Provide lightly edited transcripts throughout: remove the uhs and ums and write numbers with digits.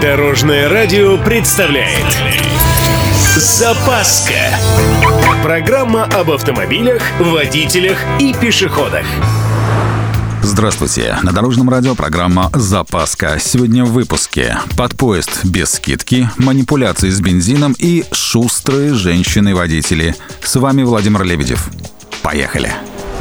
Дорожное радио представляет Запаска. Программа об автомобилях, водителях и пешеходах. Здравствуйте. На Дорожном радио программа «Запаска». Сегодня в выпуске: под поезд без скидки, манипуляции с бензином и шустрые женщины-водители. С вами Владимир Лебедев. Поехали.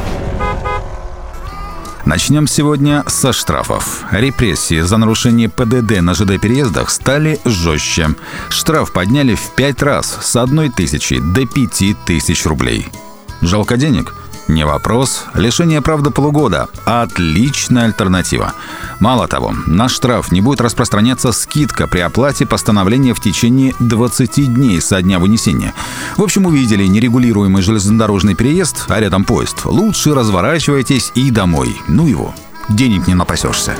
Начнем сегодня со штрафов. Репрессии за нарушение ПДД на ЖД-переездах стали жестче. Штраф подняли в 5 раз, с 1000 до 5000 рублей. Жалко денег? Не вопрос. Лишение, правда, полугода. Отличная альтернатива. Мало того, на штраф не будет распространяться скидка при оплате постановления в течение 20 дней со дня вынесения. В общем, увидели нерегулируемый железнодорожный переезд, а рядом поезд. Лучше разворачивайтесь и домой. Ну его, денег не напасешься.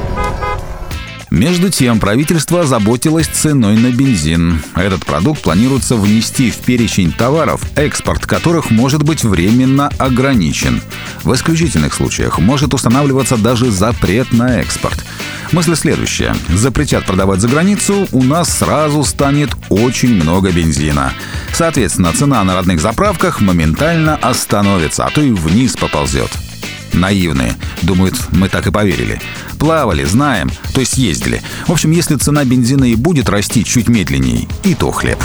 Между тем, правительство озаботилось ценой на бензин. Этот продукт планируется внести в перечень товаров, экспорт которых может быть временно ограничен. В исключительных случаях может устанавливаться даже запрет на экспорт. Мысль следующая. Запретят продавать за границу, у нас сразу станет очень много бензина. Соответственно, цена на родных заправках моментально остановится, а то и вниз поползет. Наивные. Думают, мы так и поверили. Плавали, знаем, то есть ездили. В общем, если цена бензина и будет расти чуть медленнее, и то хлеб.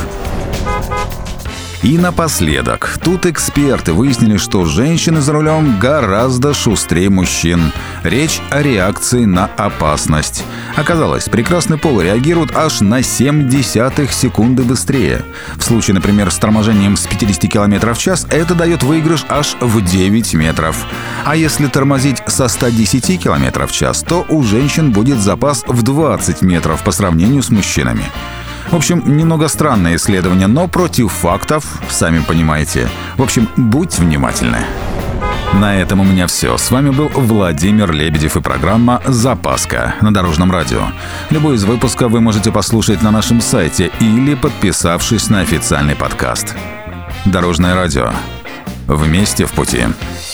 И напоследок. Тут эксперты выяснили, что женщины за рулем гораздо шустрее мужчин. Речь о реакции на опасность. Оказалось, прекрасный пол реагирует аж на 0,7 секунды быстрее. В случае, например, с торможением с 50 км в час, это дает выигрыш аж в 9 метров. А если тормозить со 110 км в час, то у женщин будет запас в 20 метров по сравнению с мужчинами. В общем, немного странное исследование, но против фактов, сами понимаете. В общем, будьте внимательны. На этом у меня все. С вами был Владимир Лебедев и программа «Запаска» на Дорожном радио. Любой из выпусков вы можете послушать на нашем сайте или подписавшись на официальный подкаст. Дорожное радио. Вместе в пути.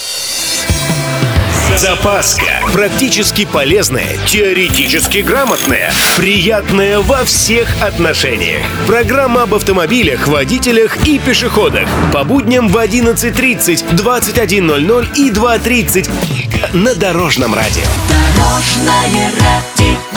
Запаска. Практически полезная, теоретически грамотная, приятная во всех отношениях. Программа об автомобилях, водителях и пешеходах. По будням в 11:30, 21:00 и 2:30 на Дорожном радио. Дорожное радио.